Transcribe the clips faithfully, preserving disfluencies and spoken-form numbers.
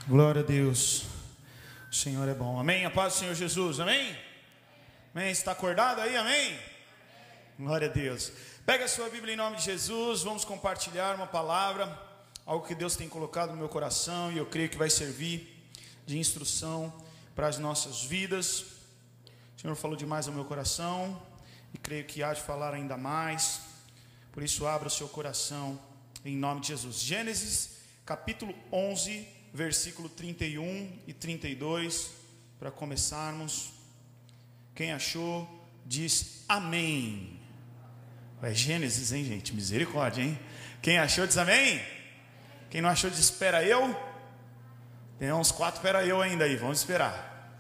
Glória a Deus. O Senhor é bom. Amém? A paz do Senhor Jesus. Amém? Amém? Está acordado aí? Amém? Glória a Deus. Pega a sua Bíblia em nome de Jesus. Vamos compartilhar uma palavra, algo que Deus tem colocado no meu coração e eu creio que vai servir de instrução para as nossas vidas. O Senhor falou demais ao meu coração e creio que há de falar ainda mais. Por isso, abra o seu coração em nome de Jesus. Gênesis capítulo onze, versículo trinta e um e trinta e dois, para começarmos. Quem achou, diz amém. É Gênesis, hein, gente? Misericórdia, hein? Quem achou, diz amém. Quem não achou, diz espera eu. Tem uns quatro espera eu ainda aí, vamos esperar.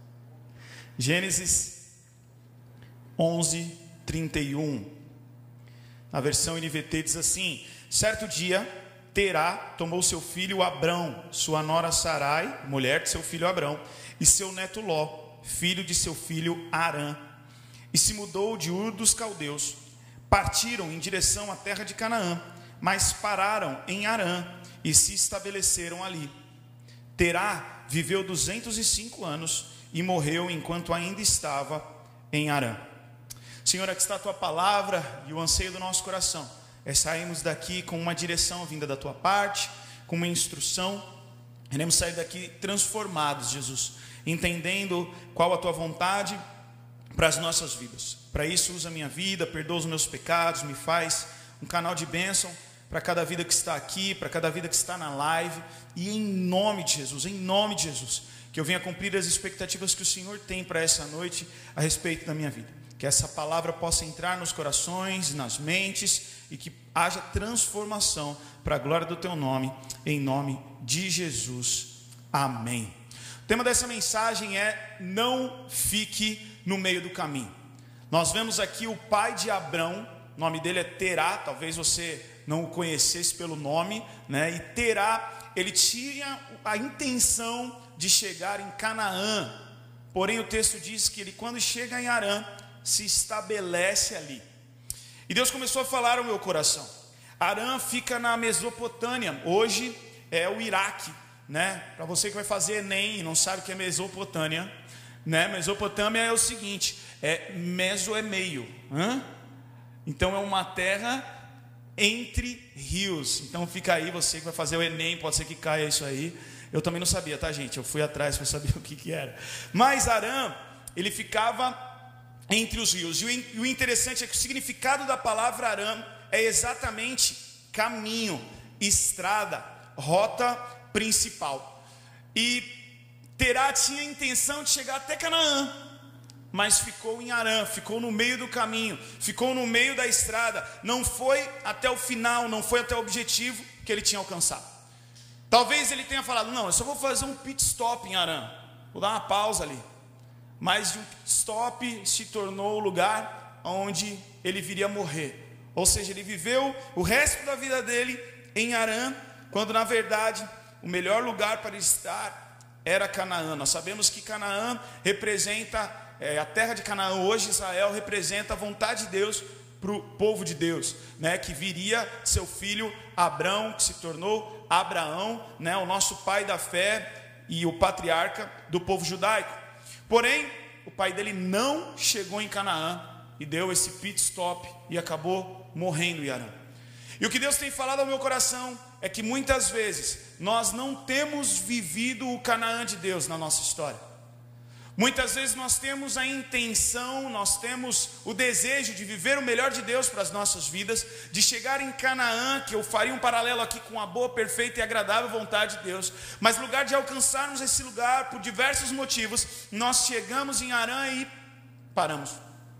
Gênesis onze, trinta e um. A versão N V T diz assim: certo dia, Terá tomou seu filho Abrão, sua nora Sarai, mulher de seu filho Abrão, e seu neto Ló, filho de seu filho Harã, e se mudou de Ur dos Caldeus. Partiram em direção à terra de Canaã, mas pararam em Harã e se estabeleceram ali. Terá viveu duzentos e cinco anos e morreu enquanto ainda estava em Harã. Senhor, aqui está a tua palavra e o anseio do nosso coração é sairmos daqui com uma direção vinda da tua parte, com uma instrução. Queremos sair daqui transformados, Jesus, entendendo qual a tua vontade para as nossas vidas. Para isso, usa a minha vida, perdoa os meus pecados, me faz um canal de bênção para cada vida que está aqui, para cada vida que está na live, e em nome de Jesus, em nome de Jesus, que eu venha cumprir as expectativas que o Senhor tem para essa noite a respeito da minha vida. Que essa palavra possa entrar nos corações, nas mentes, e que haja transformação para a glória do teu nome, em nome de Jesus, amém. O tema dessa mensagem é: não fique no meio do caminho. Nós vemos aqui o pai de Abrão, o nome dele é Terá, talvez você não o conhecesse pelo nome, né? E Terá, ele tinha a intenção de chegar em Canaã, porém o texto diz que ele, quando chega em Harã, se estabelece ali. E Deus começou a falar ao meu coração. Harã fica na Mesopotâmia, hoje é o Iraque, né? Para você que vai fazer Enem e não sabe o que é Mesopotâmia, né? Mesopotâmia é o seguinte, é meso é meio, hã? Então é uma terra entre rios. Então fica aí, você que vai fazer o Enem, pode ser que caia isso aí. Eu também não sabia, tá, gente? Eu fui atrás para saber o que que era. Mas Harã, ele ficava entre os rios. E o interessante é que o significado da palavra Harã é exatamente caminho, estrada, rota principal. E Terá tinha a intenção de chegar até Canaã, mas ficou em Harã, ficou no meio do caminho, ficou no meio da estrada, não foi até o final, não foi até o objetivo que ele tinha alcançado. Talvez ele tenha falado: não, eu só vou fazer um pit stop em Harã, vou dar uma pausa ali. Mas de um pit stop se tornou o lugar onde ele viria morrer. Ou seja, ele viveu o resto da vida dele em Harã, quando na verdade o melhor lugar para estar era Canaã. Nós sabemos que Canaã representa, é, a terra de Canaã hoje, Israel, representa a vontade de Deus para o povo de Deus, né? Que viria seu filho Abrão, que se tornou Abraão, né? O nosso pai da fé e o patriarca do povo judaico. Porém, o pai dele não chegou em Canaã e deu esse pit stop e acabou morrendo em Harã. E o que Deus tem falado ao meu coração é que muitas vezes nós não temos vivido o Canaã de Deus na nossa história. Muitas vezes nós temos a intenção, nós temos o desejo de viver o melhor de Deus para as nossas vidas, de chegar em Canaã, que eu faria um paralelo aqui com a boa, perfeita e agradável vontade de Deus. Mas no lugar de alcançarmos esse lugar, por diversos motivos, nós chegamos em Harã e paramos.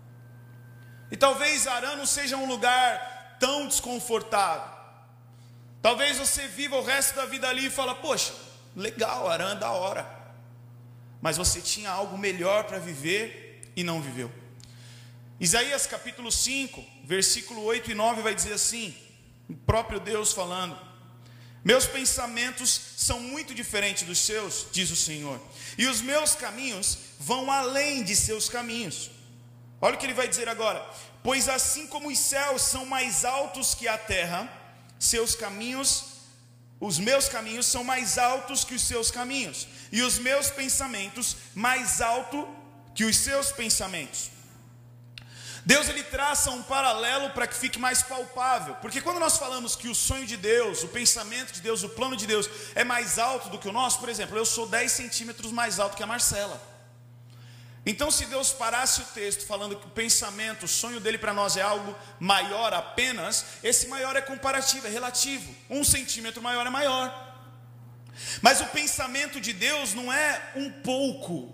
E talvez Harã não seja um lugar tão desconfortável. Talvez você viva o resto da vida ali e fala: poxa, legal, Harã, da hora. Mas você tinha algo melhor para viver e não viveu. Isaías capítulo cinco, versículo oito e nove vai dizer assim, o próprio Deus falando: meus pensamentos são muito diferentes dos seus, diz o Senhor, e os meus caminhos vão além de seus caminhos. Olha o que ele vai dizer agora: pois assim como os céus são mais altos que a terra, seus caminhos os meus caminhos são mais altos que os seus caminhos, e os meus pensamentos mais alto que os seus pensamentos. Deus, ele traça um paralelo para que fique mais palpável, porque quando nós falamos que o sonho de Deus, o pensamento de Deus, o plano de Deus é mais alto do que o nosso, por exemplo, eu sou dez centímetros mais alto que a Marcela. Então, se Deus parasse o texto falando que o pensamento, o sonho dele para nós é algo maior apenas, esse maior é comparativo, é relativo. Um centímetro maior é maior. Mas o pensamento de Deus não é um pouco.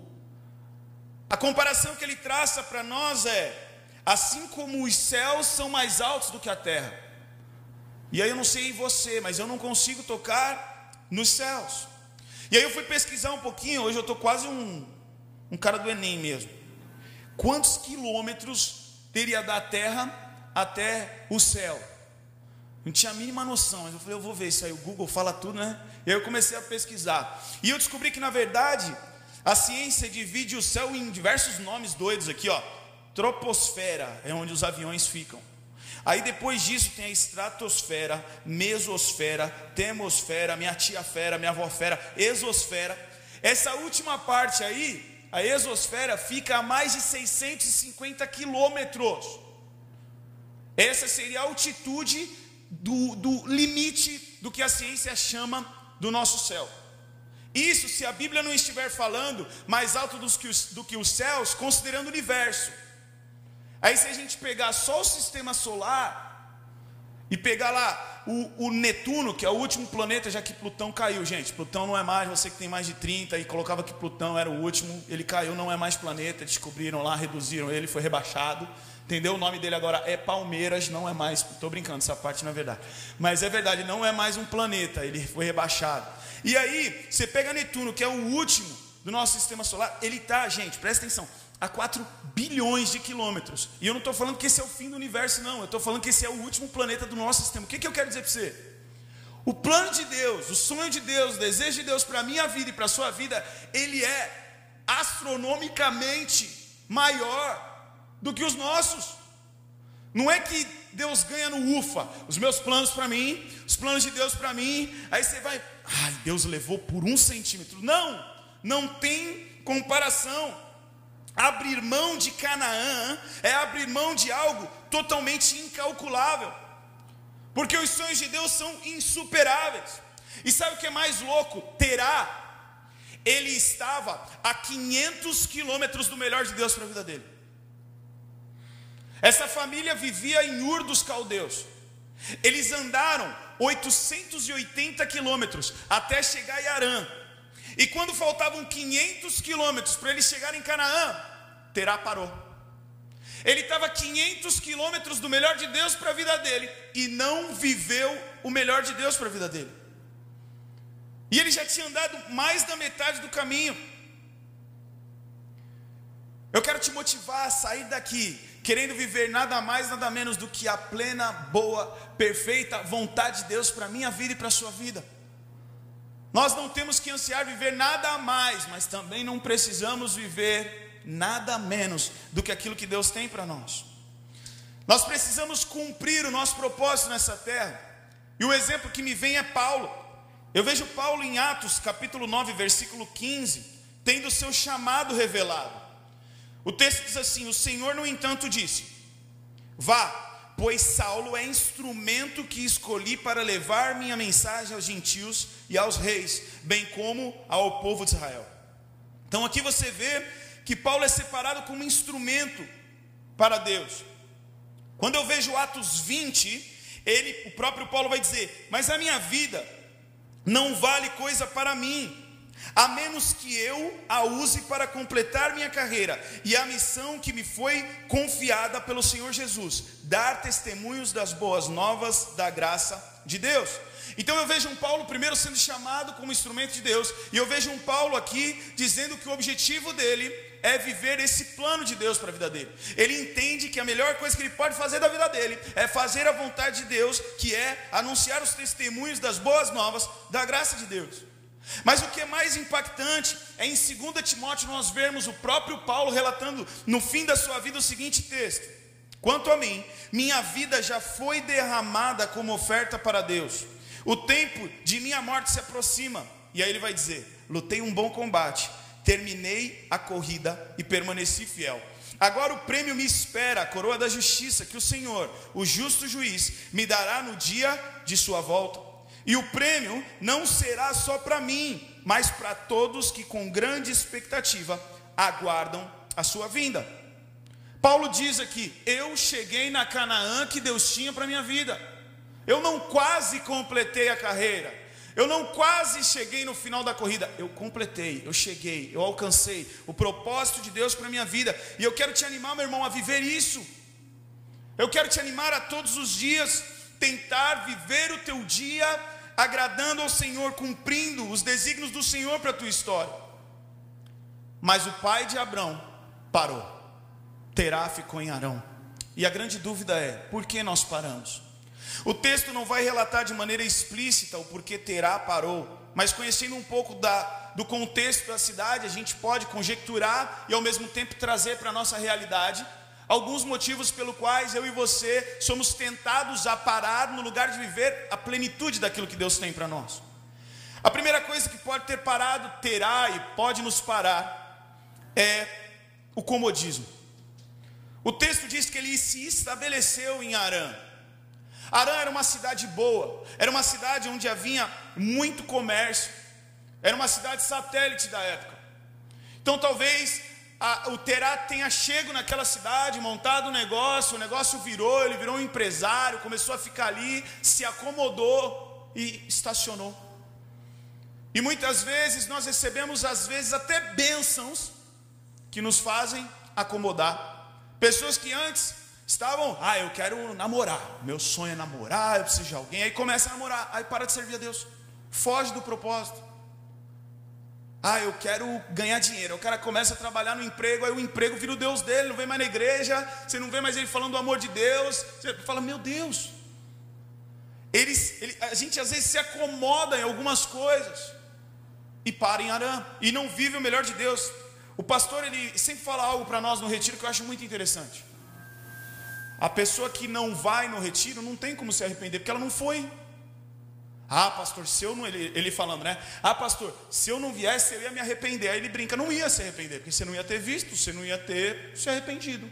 A comparação que ele traça para nós é: assim como os céus são mais altos do que a terra. E aí eu não sei em você, mas eu não consigo tocar nos céus. E aí eu fui pesquisar um pouquinho, hoje eu estou quase um, um cara do Enem mesmo. Quantos quilômetros teria da terra até o céu? Não tinha a mínima noção, mas eu falei, eu vou ver isso aí, o Google fala tudo, né? E aí eu comecei a pesquisar. E eu descobri que, na verdade, a ciência divide o céu em diversos nomes doidos aqui, ó. Troposfera é onde os aviões ficam. Aí depois disso tem a estratosfera, mesosfera, termosfera, minha tia fera, minha avó fera, exosfera. Essa última parte aí, a exosfera, fica a mais de seiscentos e cinquenta quilômetros. Essa seria a altitude do, do limite do que a ciência chama do nosso céu. Isso se a Bíblia não estiver falando mais alto do que os, do que os céus, considerando o universo. Aí se a gente pegar só o sistema solar e pegar lá o, o Netuno, que é o último planeta, já que Plutão caiu, gente. Plutão não é mais, você que tem mais de trinta e colocava que Plutão era o último, ele caiu, não é mais planeta, descobriram lá, reduziram ele, foi rebaixado. Entendeu? O nome dele agora é Palmeiras, não é mais, estou brincando, essa parte não é verdade. Mas é verdade, não é mais um planeta, ele foi rebaixado. E aí, você pega Netuno, que é o último do nosso sistema solar, ele está, gente, presta atenção, a quatro bilhões de quilômetros. E eu não estou falando que esse é o fim do universo, não. Eu estou falando que esse é o último planeta do nosso sistema. O que, que eu quero dizer para você? O plano de Deus, o sonho de Deus, o desejo de Deus para a minha vida e para a sua vida, ele é astronomicamente maior do que os nossos. Não é que Deus ganha no ufa, os meus planos para mim, os planos de Deus para mim, aí você vai, ai, Deus levou por um centímetro. Não, não tem comparação. Abrir mão de Canaã é abrir mão de algo totalmente incalculável, porque os sonhos de Deus são insuperáveis. E sabe o que é mais louco? Terá, ele estava a quinhentos quilômetros do melhor de Deus para a vida dele. Essa família vivia em Ur dos Caldeus. Eles andaram oitocentos e oitenta quilômetros até chegar em Harã. E quando faltavam quinhentos quilômetros para eles chegarem em Canaã, Terá parou. Ele estava a quinhentos quilômetros do melhor de Deus para a vida dele e não viveu o melhor de Deus para a vida dele. E ele já tinha andado mais da metade do caminho. Eu quero te motivar a sair daqui querendo viver nada mais, nada menos do que a plena, boa, perfeita vontade de Deus para a minha vida e para a sua vida. Nós não temos que ansiar viver nada a mais, mas também não precisamos viver nada menos do que aquilo que Deus tem para nós. Nós precisamos cumprir o nosso propósito nessa terra. E o exemplo que me vem é Paulo. Eu vejo Paulo em Atos capítulo nove, versículo quinze, tendo o seu chamado revelado. O texto diz assim: o Senhor, no entanto, disse: vá, pois Saulo é instrumento que escolhi para levar minha mensagem aos gentios e aos reis, bem como ao povo de Israel. Então aqui você vê que Paulo é separado como instrumento para Deus. Quando eu vejo Atos vinte, ele, o próprio Paulo vai dizer: mas a minha vida não vale coisa para mim, a menos que eu a use para completar minha carreira e a missão que me foi confiada pelo Senhor Jesus, dar testemunhos das boas novas da graça de Deus. Então eu vejo um Paulo primeiro sendo chamado como instrumento de Deus, e eu vejo um Paulo aqui dizendo que o objetivo dele é viver esse plano de Deus para a vida dele. Ele entende que a melhor coisa que ele pode fazer da vida dele é fazer a vontade de Deus, que é anunciar os testemunhos das boas novas da graça de Deus. Mas o que é mais impactante é em dois Timóteo nós vermos o próprio Paulo relatando no fim da sua vida o seguinte texto: quanto a mim, minha vida já foi derramada como oferta para Deus, O tempo de minha morte se aproxima. E aí ele vai dizer: lutei um bom combate, terminei a corrida e permaneci fiel. Agora o prêmio me espera, a coroa da justiça, que o Senhor, o justo juiz, me dará no dia de sua volta. E o prêmio não será só para mim, mas para todos que com grande expectativa aguardam a sua vinda. Paulo diz aqui: eu cheguei na Canaã que Deus tinha para a minha vida. Eu não quase completei a carreira, eu não quase cheguei no final da corrida, eu completei, eu cheguei, eu alcancei o propósito de Deus para a minha vida. E eu quero te animar, meu irmão, a viver isso. Eu quero te animar a todos os dias tentar viver o teu dia agradando ao Senhor, cumprindo os desígnios do Senhor para a tua história. Mas o pai de Abrão parou. Terá ficou em Harã. E a grande dúvida é: por que nós paramos? O texto não vai relatar de maneira explícita o porquê Terá parou, mas conhecendo um pouco da, do contexto da cidade, a gente pode conjecturar e ao mesmo tempo trazer para a nossa realidade alguns motivos pelos quais eu e você somos tentados a parar no lugar de viver a plenitude daquilo que Deus tem para nós. A primeira coisa que pode ter parado Terá e pode nos parar é o comodismo. O texto diz que ele se estabeleceu em Harã. Harã era uma cidade boa, era uma cidade onde havia muito comércio, era uma cidade satélite da época. Então talvez a, o Terá tenha chego naquela cidade, montado um negócio, o negócio virou, ele virou um empresário, começou a ficar ali, se acomodou e estacionou. E muitas vezes nós recebemos às vezes até bênçãos que nos fazem acomodar. Pessoas que antes estavam: ah, eu quero namorar, meu sonho é namorar, eu preciso de alguém. Aí começa a namorar, aí para de servir a Deus, foge do propósito. Ah, eu quero ganhar dinheiro. O cara começa a trabalhar no emprego, aí o emprego vira o Deus dele, não vem mais na igreja, você não vê mais ele falando do amor de Deus. Você fala: meu Deus. Eles, ele, a gente às vezes se acomoda em algumas coisas e para em Harã, e não vive o melhor de Deus. O pastor, ele sempre fala algo para nós no retiro que eu acho muito interessante. A pessoa que não vai no retiro não tem como se arrepender, porque ela não foi. Ah, pastor, se eu não... Ele, ele falando, né? Ah, pastor, se eu não viesse, eu ia me arrepender. Aí ele brinca: não ia se arrepender, porque você não ia ter visto, você não ia ter se arrependido.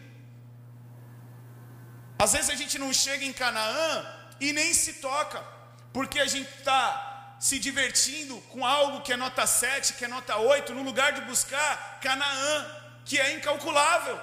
Às vezes a gente não chega em Canaã e nem se toca, porque a gente está se divertindo com algo que é nota sete, que é nota oito, no lugar de buscar Canaã, que é incalculável.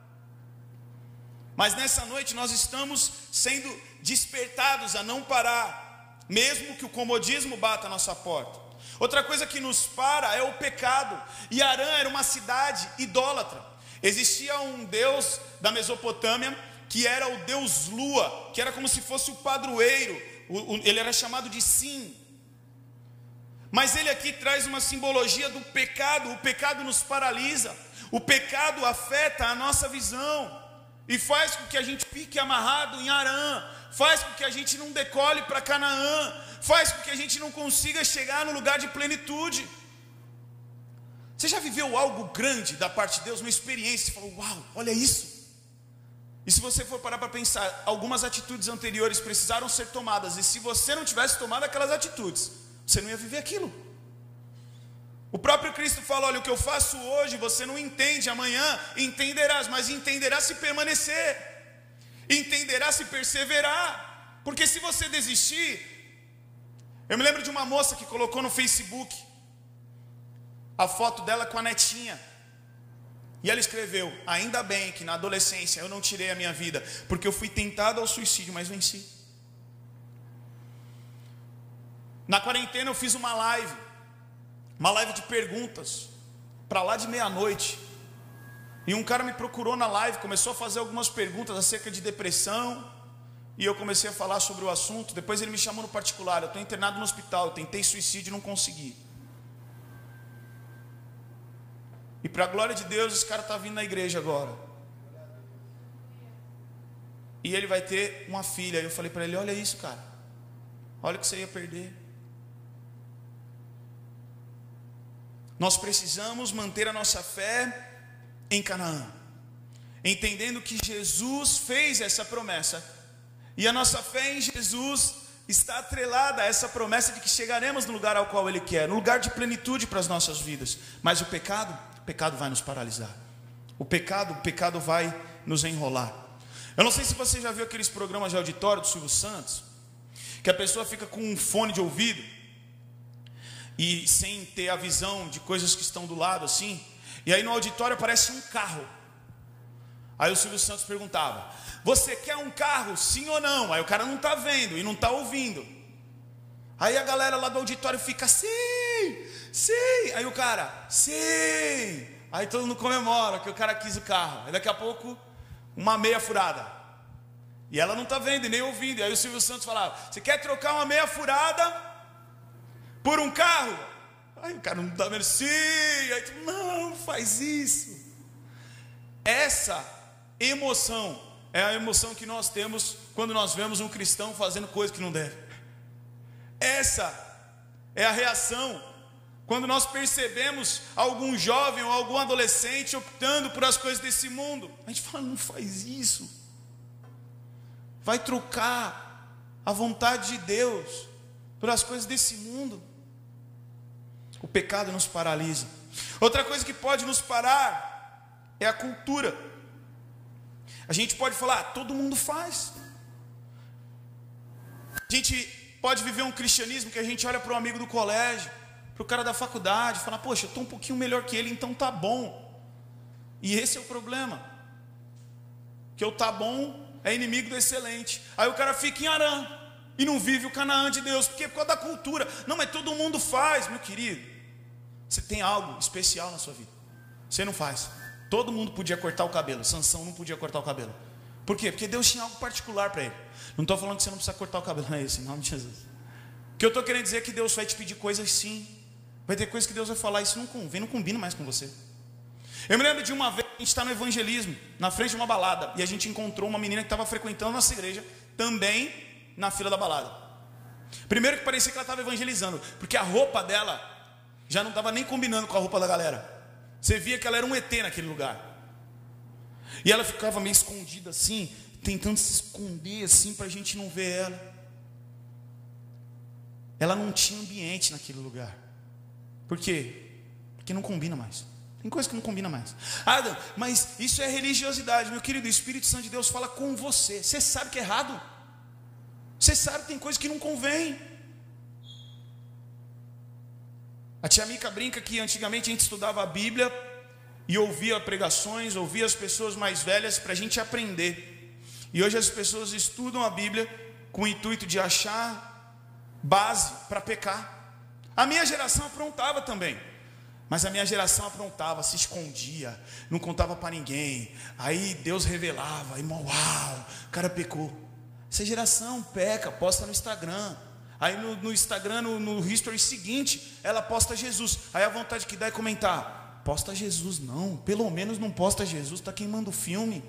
Mas nessa noite nós estamos sendo despertados a não parar, mesmo que o comodismo bata a nossa porta. Outra coisa que nos para é o pecado. E Harã era uma cidade idólatra. Existia um deus da Mesopotâmia que era o deus Lua, que era como se fosse o padroeiro. Ele era chamado de Sim. Mas ele aqui traz uma simbologia do pecado. O pecado nos paralisa. O pecado afeta a nossa visão e faz com que a gente fique amarrado em Harã, faz com que a gente não decole para Canaã, faz com que a gente não consiga chegar no lugar de plenitude. Você já viveu algo grande da parte de Deus, uma experiência, você falou: uau, olha isso. E se você for parar para pensar, algumas atitudes anteriores precisaram ser tomadas, e se você não tivesse tomado aquelas atitudes, você não ia viver aquilo. O próprio Cristo fala: olha, o que eu faço hoje você não entende, amanhã entenderás, mas entenderás se permanecer, entenderás se perseverar. Porque se você desistir... Eu me lembro de uma moça que colocou no Facebook a foto dela com a netinha, e ela escreveu: ainda bem que na adolescência eu não tirei a minha vida, porque eu fui tentado ao suicídio, mas venci. Na quarentena eu fiz uma live, uma live de perguntas, para lá de meia-noite. E um cara me procurou na live, começou a fazer algumas perguntas acerca de depressão, e eu comecei a falar sobre o assunto. Depois ele me chamou no particular: eu estou internado no hospital, eu tentei suicídio e não consegui. E para a glória de Deus, esse cara está vindo na igreja agora. E ele vai ter uma filha. Eu falei para ele: olha isso, cara, olha o que você ia perder. Nós precisamos manter a nossa fé em Canaã, entendendo que Jesus fez essa promessa, e a nossa fé em Jesus está atrelada a essa promessa de que chegaremos no lugar ao qual Ele quer, no lugar de plenitude para as nossas vidas. Mas o pecado, o pecado vai nos paralisar. O pecado, o pecado vai nos enrolar. Eu não sei se você já viu aqueles programas de auditório do Silvio Santos, que a pessoa fica com um fone de ouvido e sem ter a visão de coisas que estão do lado assim, e aí no auditório aparece um carro. Aí o Silvio Santos perguntava: você quer um carro, sim ou não? Aí o cara não está vendo e não está ouvindo. Aí a galera lá do auditório fica: sim, sim. Aí o cara: sim. Aí todo mundo comemora que o cara quis o carro. Aí daqui a pouco, uma meia furada, e ela não está vendo e nem ouvindo. E aí o Silvio Santos falava: você quer trocar uma meia furada por um carro? Aí o cara não está vendo. Sim. Aí tu, não, faz isso. Essa emoção é a emoção que nós temos quando nós vemos um cristão fazendo coisa que não deve. Essa é a reação quando nós percebemos algum jovem ou algum adolescente optando por as coisas desse mundo. A gente fala: não faz isso. Vai trocar a vontade de Deus por as coisas desse mundo. O pecado nos paralisa. Outra coisa que pode nos parar é a cultura. A gente pode falar: ah, todo mundo faz. A gente pode viver um cristianismo que a gente olha para o amigo do colégio, para o cara da faculdade, e fala: poxa, eu estou um pouquinho melhor que ele, então tá bom. E esse é o problema, que o tá bom é inimigo do excelente. Aí o cara fica em Arã e não vive o Canaã de Deus. Por quê? Por causa da cultura. Não, mas todo mundo faz. Meu querido, você tem algo especial na sua vida, você não faz. Todo mundo podia cortar o cabelo, Sansão não podia cortar o cabelo. Por quê? Porque Deus tinha algo particular para ele. Não estou falando que você não precisa cortar o cabelo, não é isso, em nome de Jesus. O que eu estou querendo dizer é que Deus vai te pedir coisas sim. Vai ter coisas que Deus vai falar: isso não convém, não combina mais com você. Eu me lembro de uma vez, a gente está no evangelismo, na frente de uma balada, e a gente encontrou uma menina que estava frequentando a nossa igreja, também na fila da balada. Primeiro que parecia que ela estava evangelizando, porque a roupa dela já não estava nem combinando com a roupa da galera. Você via que ela era um E T naquele lugar. E ela ficava meio escondida assim, tentando se esconder assim para a gente não ver ela. Ela não tinha ambiente naquele lugar. Por quê? Porque não combina mais. Tem coisa que não combina mais. Ah, mas isso é religiosidade. Meu querido, o Espírito Santo de Deus fala com você. Você sabe que é errado. Você sabe que tem coisa que não convém. A tia Mica brinca que antigamente a gente estudava a Bíblia e ouvia pregações, ouvia as pessoas mais velhas para a gente aprender. E hoje as pessoas estudam a Bíblia com o intuito de achar base para pecar. A minha geração aprontava também, mas a minha geração aprontava, se escondia, não contava para ninguém. Aí Deus revelava, e uau, o cara pecou. Essa geração peca, posta no Instagram. Aí no, no Instagram, no, no history seguinte, ela posta Jesus. Aí a vontade que dá é comentar: posta Jesus não, pelo menos não posta Jesus, está queimando o filme.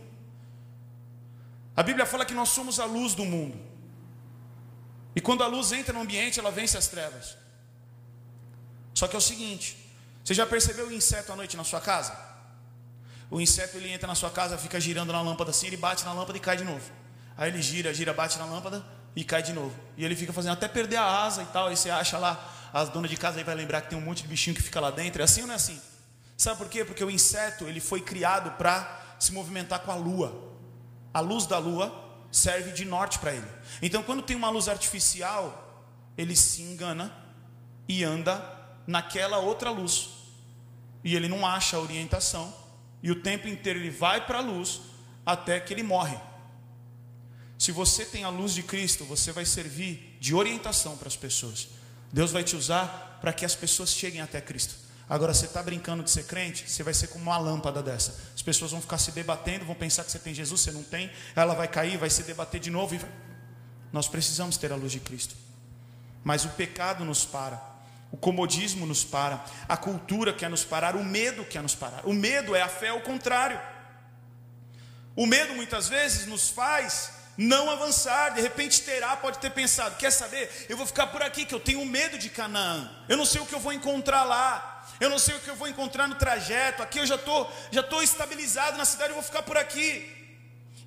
A Bíblia fala que nós somos a luz do mundo. E quando a luz entra no ambiente, ela vence as trevas. Só que é o seguinte: você já percebeu o inseto à noite na sua casa? O inseto, ele entra na sua casa, fica girando na lâmpada assim, ele bate na lâmpada e cai de novo. Aí ele gira, gira, bate na lâmpada e cai de novo. E ele fica fazendo até perder a asa e tal. Aí você acha lá, as donas de casa aí vai lembrar que tem um monte de bichinho que fica lá dentro. É assim ou não é assim? Sabe por quê? Porque o inseto, ele foi criado para se movimentar com a lua. A luz da lua serve de norte para ele. Então quando tem uma luz artificial, ele se engana e anda naquela outra luz. E ele não acha a orientação. E o tempo inteiro ele vai para a luz até que ele morre. Se você tem a luz de Cristo, você vai servir de orientação para as pessoas. Deus vai te usar para que as pessoas cheguem até Cristo. Agora, você está brincando de ser crente, você vai ser como uma lâmpada dessa. As pessoas vão ficar se debatendo, vão pensar que você tem Jesus, você não tem. Ela vai cair, vai se debater de novo. E vai... Nós precisamos ter a luz de Cristo. Mas o pecado nos para. O comodismo nos para. A cultura quer nos parar. O medo quer nos parar. O medo é a fé ao contrário. O medo muitas vezes nos faz não avançar. De repente Terá pode ter pensado: quer saber, eu vou ficar por aqui, que eu tenho medo de Canaã. Eu não sei o que eu vou encontrar lá. Eu não sei o que eu vou encontrar no trajeto. Aqui eu já estou já estou estabilizado na cidade, eu vou ficar por aqui.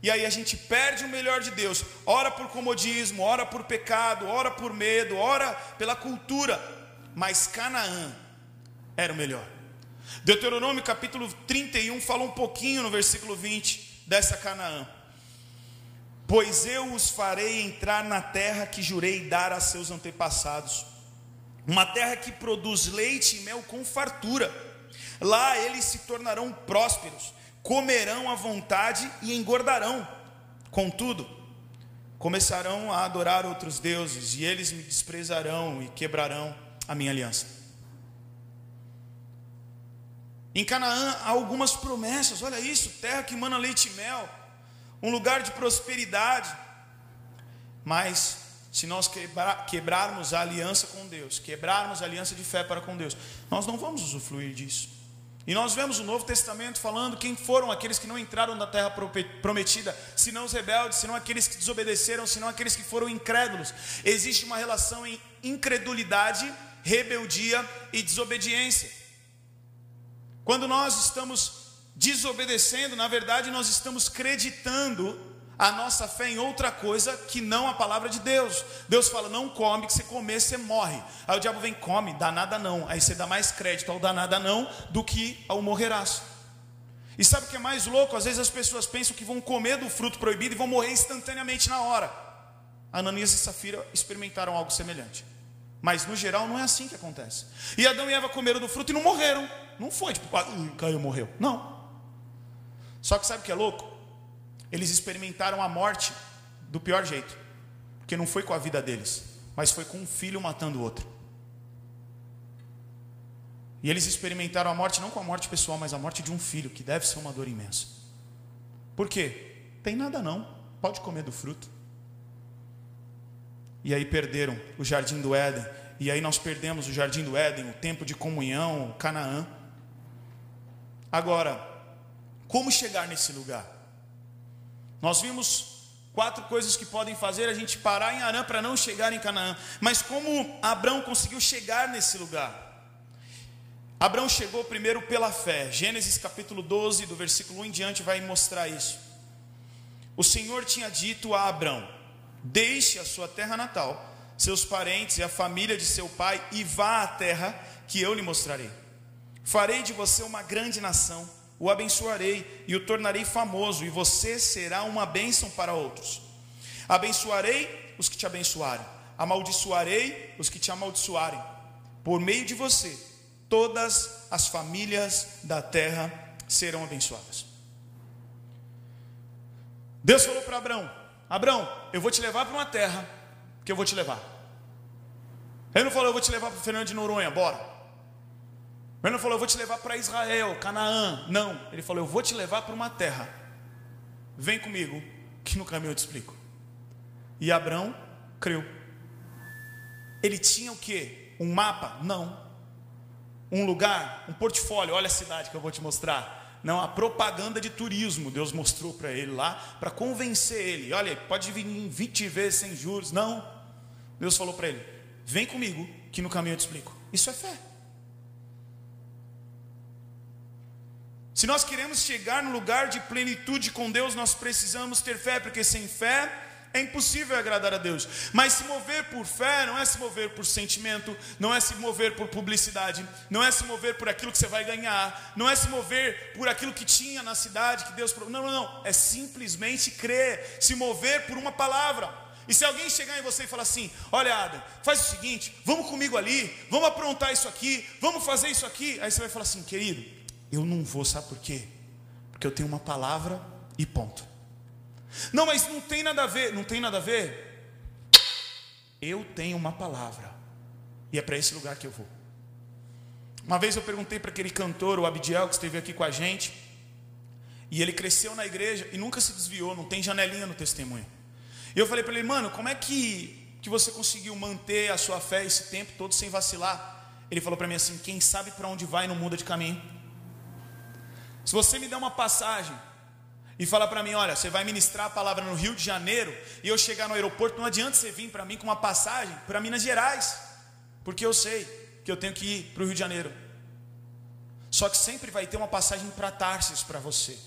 e aí a gente perde o melhor de Deus, ora por comodismo, ora por pecado, ora por medo, ora pela cultura, mas Canaã era o melhor. Deuteronômio capítulo trinta e um fala um pouquinho no versículo vinte dessa Canaã. Pois eu os farei entrar na terra que jurei dar a seus antepassados, uma terra que produz leite e mel com fartura. Lá eles se tornarão prósperos, comerão à vontade e engordarão. Contudo, começarão a adorar outros deuses, e eles me desprezarão e quebrarão a minha aliança. Em Canaã há algumas promessas, olha isso, terra que emana leite e mel, um lugar de prosperidade. Mas se nós quebrar, quebrarmos a aliança com Deus, quebrarmos a aliança de fé para com Deus, nós não vamos usufruir disso. E nós vemos o Novo Testamento falando quem foram aqueles que não entraram na terra prometida, senão os rebeldes, senão aqueles que desobedeceram, senão aqueles que foram incrédulos. Existe uma relação em incredulidade, rebeldia e desobediência. Quando nós estamos desobedecendo, na verdade nós estamos acreditando a nossa fé em outra coisa que não a palavra de Deus. Deus fala, não come, que se comer você morre. Aí o diabo vem, come, dá nada não. Aí você dá mais crédito ao dá nada não do que ao morrerás. E sabe o que é mais louco? Às vezes as pessoas pensam que vão comer do fruto proibido e vão morrer instantaneamente na hora. Ananias e Safira experimentaram algo semelhante, mas no geral não é assim que acontece. E Adão e Eva comeram do fruto e não morreram. Não foi tipo, ah, caiu, morreu. Não. Só que sabe o que é louco? Eles experimentaram a morte do pior jeito, porque não foi com a vida deles, mas foi com um filho matando o outro. E eles experimentaram a morte não com a morte pessoal, mas a morte de um filho, que deve ser uma dor imensa. Por quê? Tem nada não, pode comer do fruto. E aí perderam o jardim do Éden. E aí nós perdemos o jardim do Éden, o tempo de comunhão, Canaã. Agora, como chegar nesse lugar? Nós vimos quatro coisas que podem fazer a gente parar em Harã para não chegar em Canaã. Mas como Abrão conseguiu chegar nesse lugar? Abrão chegou primeiro pela fé. Gênesis capítulo doze, do versículo um em diante, vai mostrar isso. O Senhor tinha dito a Abrão: deixe a sua terra natal, seus parentes e a família de seu pai, e vá à terra que eu lhe mostrarei. Farei de você uma grande nação, o abençoarei e o tornarei famoso, e você será uma bênção para outros. Abençoarei os que te abençoarem, amaldiçoarei os que te amaldiçoarem. Por meio de você, todas as famílias da terra serão abençoadas. Deus falou para Abrão: Abrão, eu vou te levar para uma terra que eu vou te levar. Ele não falou, eu vou te levar para Fernando de Noronha, bora. Ele não falou, eu vou te levar para Israel, Canaã. Não, ele falou, eu vou te levar para uma terra. Vem comigo, que no caminho eu te explico. E Abrão creu. Ele tinha o quê? Um mapa? Não. Um lugar, um portfólio, olha a cidade que eu vou te mostrar. Não, a propaganda de turismo, Deus mostrou para ele lá, para convencer ele. Olha, pode vir em vinte vezes sem juros. Não, Deus falou para ele, vem comigo, que no caminho eu te explico. Isso é fé. Se nós queremos chegar no lugar de plenitude com Deus, nós precisamos ter fé, porque sem fé é impossível agradar a Deus. Mas se mover por fé não é se mover por sentimento, não é se mover por publicidade, não é se mover por aquilo que você vai ganhar, não é se mover por aquilo que tinha na cidade, que Deus... Não, não, não, é simplesmente crer, se mover por uma palavra. E se alguém chegar em você e falar assim, olha Adam, faz o seguinte, vamos comigo ali, vamos aprontar isso aqui, vamos fazer isso aqui. Aí você vai falar assim, querido, eu não vou, sabe por quê? Porque eu tenho uma palavra e ponto. Não, mas não tem nada a ver. Não tem nada a ver. Eu tenho uma palavra, e é para esse lugar que eu vou. Uma vez eu perguntei para aquele cantor, o Abdiel, que esteve aqui com a gente, e ele cresceu na igreja e nunca se desviou, não tem janelinha no testemunho. E eu falei para ele, mano, como é que, que você conseguiu manter a sua fé esse tempo todo sem vacilar? Ele falou para mim assim, quem sabe para onde vai não muda de caminho. Se você me der uma passagem e falar para mim, olha, você vai ministrar a palavra no Rio de Janeiro, e eu chegar no aeroporto, não adianta você vir para mim com uma passagem para Minas Gerais, porque eu sei que eu tenho que ir para o Rio de Janeiro. Só que sempre vai ter uma passagem para Tarsis para você,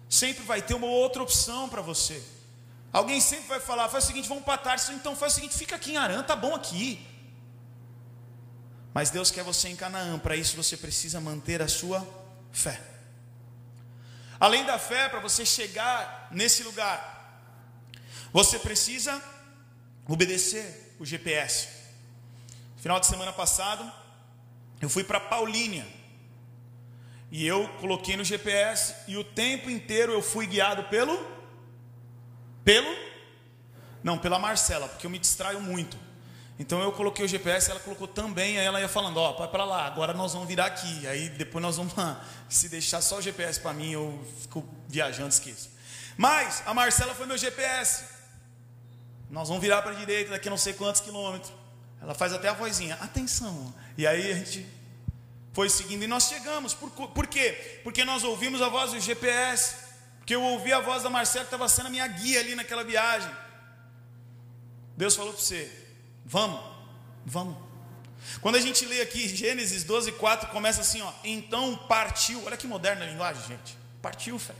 Sempre vai ter uma outra opção para você. Alguém sempre vai falar, faz o seguinte, vamos para Tarso, então faz o seguinte, fica aqui em Harã, tá bom aqui. Mas Deus quer você em Canaã, para isso você precisa manter a sua fé. Além da fé, para você chegar nesse lugar, você precisa obedecer o G P S. Final de semana passado, eu fui para Paulínia. E eu coloquei no G P S e o tempo inteiro eu fui guiado pelo Pelo Não, pela Marcela, porque eu me distraio muito. Então eu coloquei o G P S, ela colocou também, aí ela ia falando, ó, vai para lá, agora nós vamos virar aqui. Aí depois nós vamos lá. Se deixar só o G P S para mim, eu fico viajando, esqueço. Mas a Marcela foi meu G P S. Nós vamos virar para a direita daqui a não sei quantos quilômetros. Ela faz até a vozinha, atenção. E aí a gente foi seguindo e nós chegamos. Por, por quê? Porque nós ouvimos a voz do G P S. Porque eu ouvi a voz da Marcela que estava sendo a minha guia ali naquela viagem. Deus falou para você, vamos, vamos. Quando a gente lê aqui Gênesis doze, quatro, começa assim, ó, então partiu. Olha que moderna a linguagem, gente. Partiu, fé.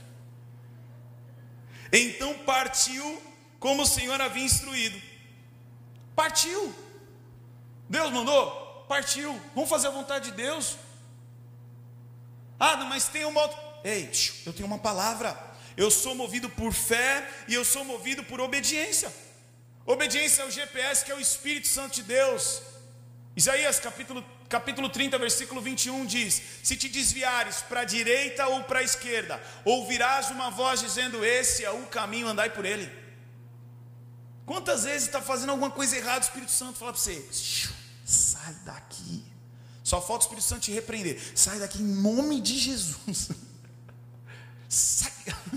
Então partiu como o Senhor havia instruído. Partiu. Deus mandou? Partiu. Vamos fazer a vontade de Deus. Ah, não, mas tem uma outra. Ei, eu tenho uma palavra. Eu sou movido por fé e eu sou movido por obediência. Obediência ao G P S, que é o Espírito Santo de Deus. Isaías capítulo, capítulo trinta, versículo vinte e um diz: se te desviares para a direita ou para a esquerda, ouvirás uma voz dizendo, esse é o caminho, andai por ele. Quantas vezes está fazendo alguma coisa errada, o Espírito Santo fala para você, sai daqui. Só falta o Espírito Santo te repreender. Sai daqui em nome de Jesus. Sai.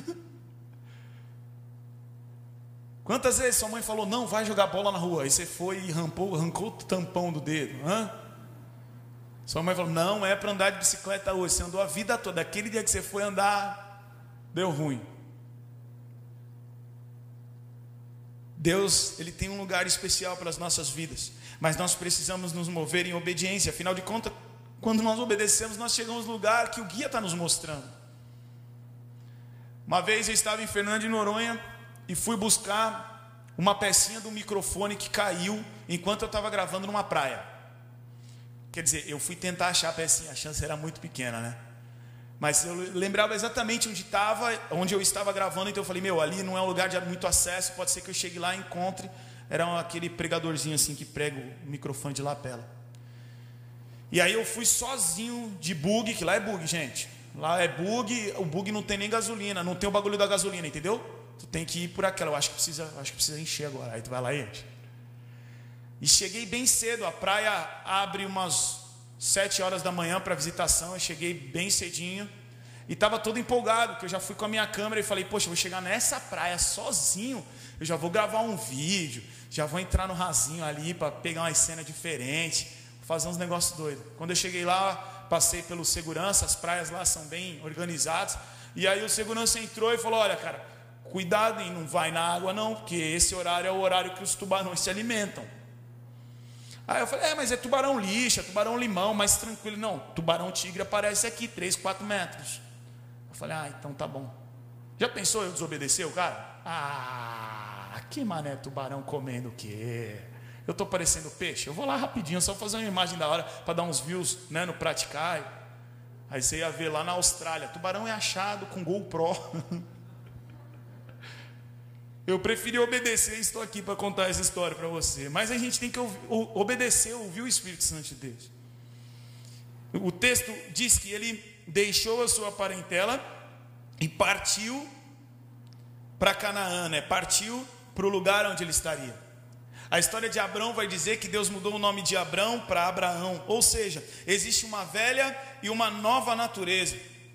Quantas vezes sua mãe falou, não, vai jogar bola na rua. Aí você foi e arrancou, arrancou o tampão do dedo. Hã? Sua mãe falou, não, é para andar de bicicleta hoje. Você andou a vida toda. Aquele dia que você foi andar, deu ruim. Deus, Ele tem um lugar especial para as nossas vidas. Mas nós precisamos nos mover em obediência. Afinal de contas, quando nós obedecemos, nós chegamos no lugar que o guia está nos mostrando. Uma vez eu estava em Fernando de Noronha e fui buscar uma pecinha do microfone que caiu enquanto eu estava gravando numa praia. Quer dizer, eu fui tentar achar a pecinha, a chance era muito pequena, né? Mas eu lembrava exatamente onde estava, onde eu estava gravando, então eu falei, meu, ali não é um lugar de muito acesso, pode ser que eu chegue lá e encontre. Era aquele pregadorzinho assim que prega o microfone de lapela. E aí eu fui sozinho de bug, que lá é bug, gente. Lá é bug, o bug não tem nem gasolina, não tem o bagulho da gasolina, entendeu? Tu tem que ir por aquela, eu acho que precisa, acho que precisa encher agora. Aí tu vai lá e enche. E cheguei bem cedo, a praia abre umas sete horas da manhã para visitação, eu cheguei bem cedinho. E estava todo empolgado, porque eu já fui com a minha câmera e falei, poxa, eu vou chegar nessa praia sozinho, eu já vou gravar um vídeo, já vou entrar no rasinho ali para pegar uma cena diferente, fazer uns negócios doidos. Quando eu cheguei lá, passei pelo segurança, as praias lá são bem organizadas, e aí o segurança entrou e falou, olha cara, cuidado e não vai na água não, porque esse horário é o horário que os tubarões se alimentam. Aí eu falei, é, mas é tubarão lixa, tubarão limão, mais tranquilo. Não, tubarão tigre aparece aqui, três, quatro metros. Eu falei, ah, então tá bom. Já pensou eu desobedecer o cara? Ah, que mané tubarão comendo o quê? Eu tô parecendo peixe? Eu vou lá rapidinho, só fazer uma imagem da hora para dar uns views, né, no Praticai. Aí você ia ver lá na Austrália, tubarão é achado com GoPro. Eu preferi obedecer e estou aqui para contar essa história para você. Mas a gente tem que obedecer, ouvir o Espírito Santo de Deus. O texto diz que ele deixou a sua parentela e partiu para Canaã, né? Partiu para o lugar onde ele estaria. A história de Abrão vai dizer que Deus mudou o nome de Abrão para Abraão. Ou seja, existe uma velha e uma nova natureza.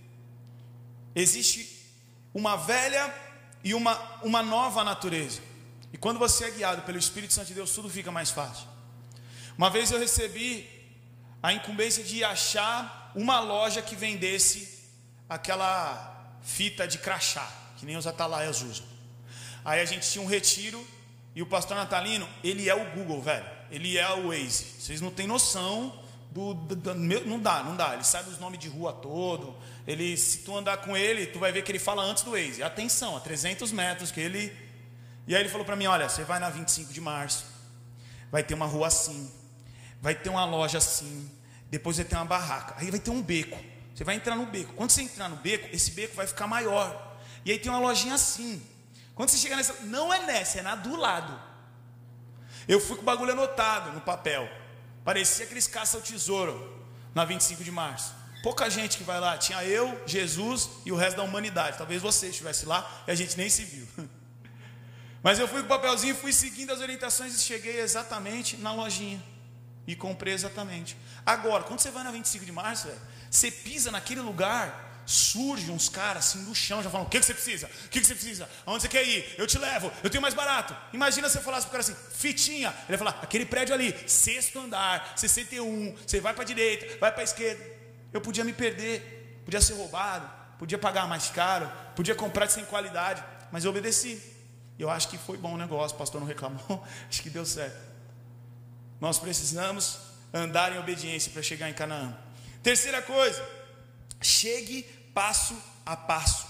Existe uma velha e uma, uma nova natureza. E quando você é guiado pelo Espírito Santo de Deus, tudo fica mais fácil. Uma vez eu recebi a incumbência de achar uma loja que vendesse aquela fita de crachá, que nem os atalaias usam. Aí a gente tinha um retiro, e o pastor Natalino, ele é o Google, velho. Ele é o Waze. Vocês não têm noção do, do, do meu, não dá, não dá. Ele sabe os nomes de rua todo. Ele, se tu andar com ele, tu vai ver que ele fala antes do Waze. Atenção, a trezentos metros que ele... E aí ele falou para mim, olha, você vai na vinte e cinco de março, vai ter uma rua assim, vai ter uma loja assim, depois vai ter uma barraca, aí vai ter um beco. Você vai entrar no beco. Quando você entrar no beco, esse beco vai ficar maior. E aí tem uma lojinha assim. Quando você chega nessa, não é nessa, é na do lado. Eu fui com o bagulho anotado no papel. Parecia aqueles caça ao tesouro na vinte e cinco de março. Pouca gente que vai lá. Tinha eu, Jesus e o resto da humanidade. Talvez você estivesse lá e a gente nem se viu. Mas eu fui com o papelzinho, fui seguindo as orientações e cheguei exatamente na lojinha. E comprei exatamente. Agora, quando você vai na vinte e cinco de março, velho, você pisa naquele lugar... Surge uns caras assim do chão, já falam, o que, que você precisa? O que, que você precisa? Aonde você quer ir? Eu te levo, eu tenho mais barato. Imagina se eu falasse pro cara assim, fitinha. Ele ia falar, aquele prédio ali, sexto andar, sessenta e um, você vai para a direita, vai para a esquerda. Eu podia me perder, podia ser roubado, podia pagar mais caro, podia comprar sem qualidade, mas eu obedeci. Eu acho que foi bom o negócio, o pastor não reclamou, acho que deu certo. Nós precisamos andar em obediência para chegar em Canaã. Terceira coisa, chegue passo a passo.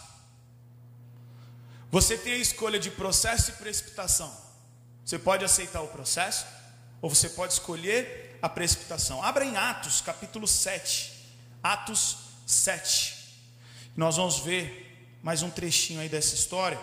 Você tem a escolha de processo e precipitação. Você pode aceitar o processo, ou você pode escolher a precipitação. Abra em Atos, capítulo sete. Atos sete. Nós vamos ver mais um trechinho aí dessa história.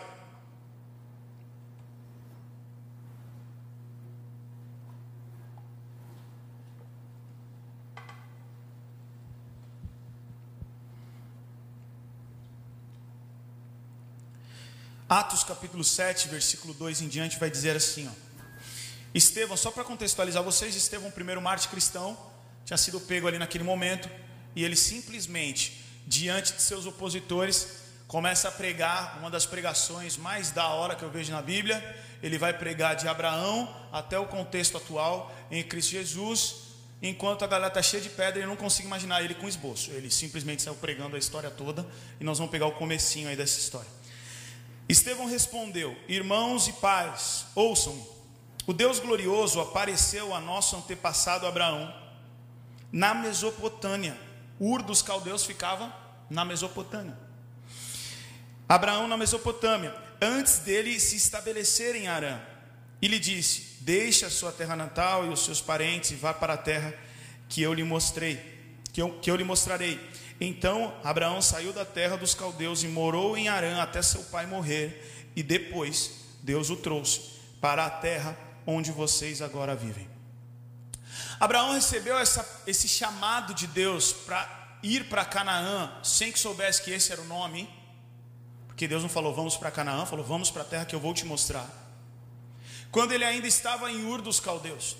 Atos capítulo sete, versículo dois em diante, vai dizer assim, ó. Estevão, só para contextualizar vocês, Estevão, o primeiro mártir cristão, tinha sido pego ali naquele momento, e ele simplesmente, diante de seus opositores, começa a pregar uma das pregações mais da hora que eu vejo na Bíblia. Ele vai pregar de Abraão até o contexto atual em Cristo Jesus, enquanto a galera está cheia de pedra e eu não consigo imaginar ele com esboço. Ele simplesmente saiu pregando a história toda, e nós vamos pegar o comecinho aí dessa história. Estevão respondeu, irmãos e pais, ouçam-me. O Deus glorioso apareceu a nosso antepassado Abraão na Mesopotâmia. Ur dos caldeus ficava na Mesopotâmia. Abraão na Mesopotâmia, antes dele se estabelecer em Harã. E lhe disse, deixe a sua terra natal e os seus parentes e vá para a terra que eu lhe mostrei, que eu, que eu lhe mostrarei. Então Abraão saiu da terra dos caldeus e morou em Harã até seu pai morrer, e depois Deus o trouxe para a terra onde vocês agora vivem. Abraão recebeu essa, esse chamado de Deus para ir para Canaã, sem que soubesse que esse era o nome, porque Deus não falou vamos para Canaã, falou vamos para a terra que eu vou te mostrar, quando ele ainda estava em Ur dos caldeus.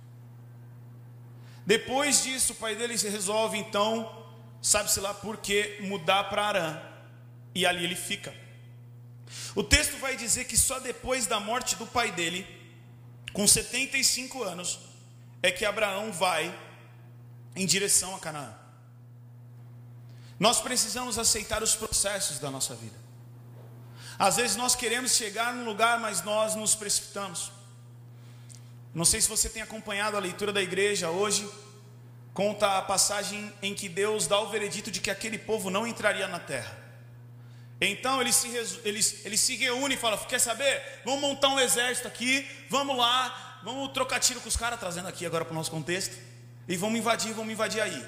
Depois disso o pai dele resolve então, sabe-se lá por que, mudar para Harã, e ali ele fica. O texto vai dizer que só depois da morte do pai dele, com setenta e cinco anos, é que Abraão vai em direção a Canaã. Nós precisamos aceitar os processos da nossa vida. Às vezes nós queremos chegar num lugar, mas nós nos precipitamos. Não sei se você tem acompanhado a leitura da igreja hoje. Conta a passagem em que Deus dá o veredito de que aquele povo não entraria na terra. Então eles se, eles, eles se reúnem e falam, quer saber? Vamos montar um exército aqui, vamos lá, vamos trocar tiro com os caras, trazendo aqui agora para o nosso contexto, e vamos invadir, vamos invadir aí.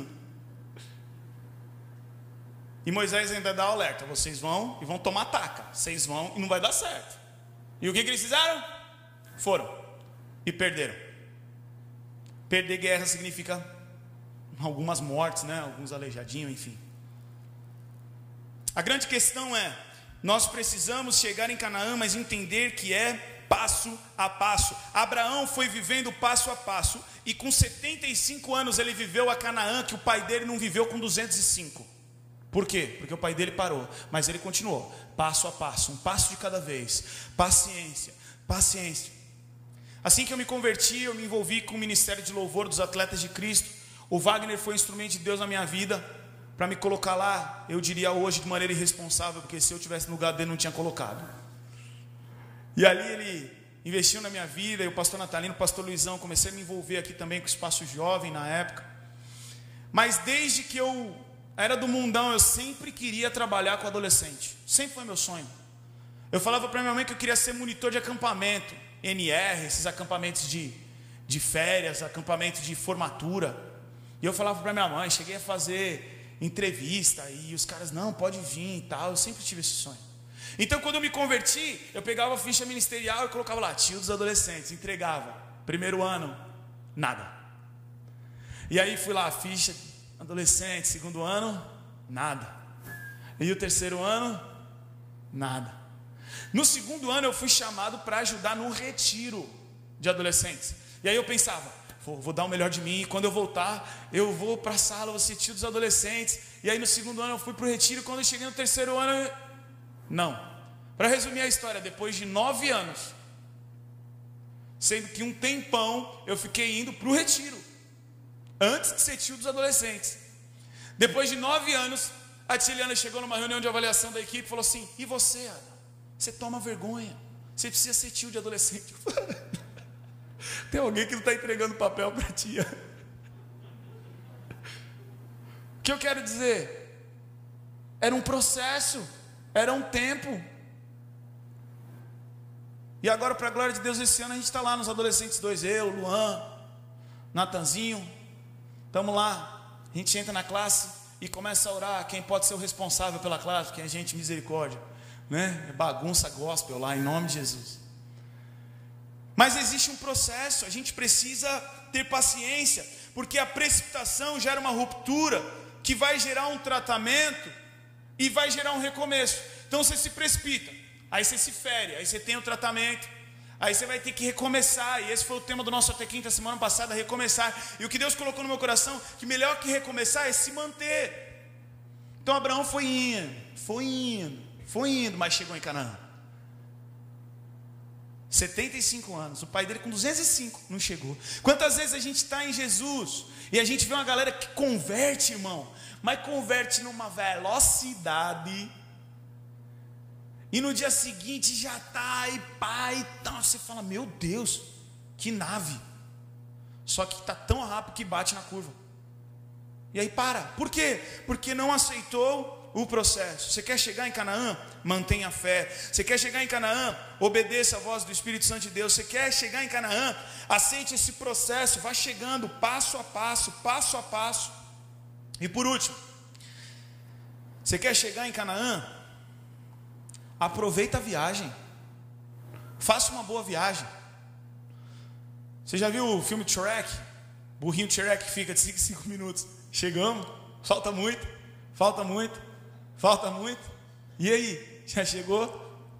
E Moisés ainda dá o alerta, vocês vão e vão tomar taca, vocês vão e não vai dar certo. E o que, que eles fizeram? Foram e perderam. Perder guerra significa algumas mortes, né? Alguns aleijadinhos, enfim. A grande questão é, nós precisamos chegar em Canaã, mas entender que é passo a passo. Abraão foi vivendo passo a passo, e com setenta e cinco anos ele viveu a Canaã, que o pai dele não viveu com duzentos e cinco. Por quê? Porque o pai dele parou, mas ele continuou, passo a passo, um passo de cada vez, paciência, paciência. Assim que eu me converti, eu me envolvi com o ministério de louvor dos atletas de Cristo. O Wagner foi um instrumento de Deus na minha vida, para me colocar lá, eu diria hoje de maneira irresponsável, porque se eu tivesse no lugar dele não tinha colocado. E ali ele investiu na minha vida, e o pastor Natalino, o pastor Luizão, comecei a me envolver aqui também com o Espaço Jovem na época. Mas desde que eu era do mundão, eu sempre queria trabalhar com adolescente. Sempre foi meu sonho. Eu falava para minha mãe que eu queria ser monitor de acampamento, N R, esses acampamentos de, de férias, acampamento de formatura. E eu falava para minha mãe, cheguei a fazer entrevista, e os caras, não, pode vir e tal. Eu sempre tive esse sonho. Então, quando eu me converti, eu pegava a ficha ministerial e colocava lá, tio dos adolescentes, entregava. Primeiro ano, nada. E aí fui lá, ficha adolescente, segundo ano, nada. E o terceiro ano, nada. No segundo ano eu fui chamado para ajudar no retiro de adolescentes. E aí eu pensava, vou, vou dar o melhor de mim, quando eu voltar, eu vou para a sala, vou ser tio dos adolescentes. E aí no segundo ano eu fui para o retiro, e quando eu cheguei no terceiro ano, eu... não. Para resumir a história, depois de nove anos, sendo que um tempão eu fiquei indo para o retiro, antes de ser tio dos adolescentes. Depois de nove anos, a tia Eliana chegou numa reunião de avaliação da equipe e falou assim, e você, Ana? Você toma vergonha, você precisa ser tio de adolescente. Tem alguém que não está entregando papel para a tia. O que eu quero dizer? Era um processo, era um tempo. E agora, para a glória de Deus, esse ano a gente está lá nos adolescentes dois, eu, Luan, Natanzinho. Estamos lá, a gente entra na classe e começa a orar quem pode ser o responsável pela classe, quem é gente misericórdia, né? É bagunça gospel lá, em nome de Jesus. Mas existe um processo, a gente precisa ter paciência, porque a precipitação gera uma ruptura que vai gerar um tratamento e vai gerar um recomeço. Então você se precipita, aí você se fere, aí você tem o tratamento, aí você vai ter que recomeçar. E esse foi o tema do nosso Até Quinta semana passada, recomeçar. E o que Deus colocou no meu coração, que melhor que recomeçar é se manter. Então Abraão foi indo, foi indo, foi indo, mas chegou em Canaã. setenta e cinco anos, o pai dele com duzentos e cinco não chegou. Quantas vezes a gente está em Jesus e a gente vê uma galera que converte, irmão, mas converte numa velocidade, e no dia seguinte já está e pá e tal. Você fala, meu Deus, que nave. Só que está tão rápido que bate na curva. E aí para. Por quê? Porque não aceitou o processo. Você quer chegar em Canaã? Mantenha a fé. Você quer chegar em Canaã? Obedeça a voz do Espírito Santo de Deus. Você quer chegar em Canaã? Aceite esse processo. Vá chegando passo a passo, passo a passo. E por último, você quer chegar em Canaã? Aproveita a viagem. Faça uma boa viagem. Você já viu o filme Shrek? Burrinho Shrek fica de cinco em cinco minutos. Chegamos, falta muito, falta muito, falta muito. E aí, já chegou?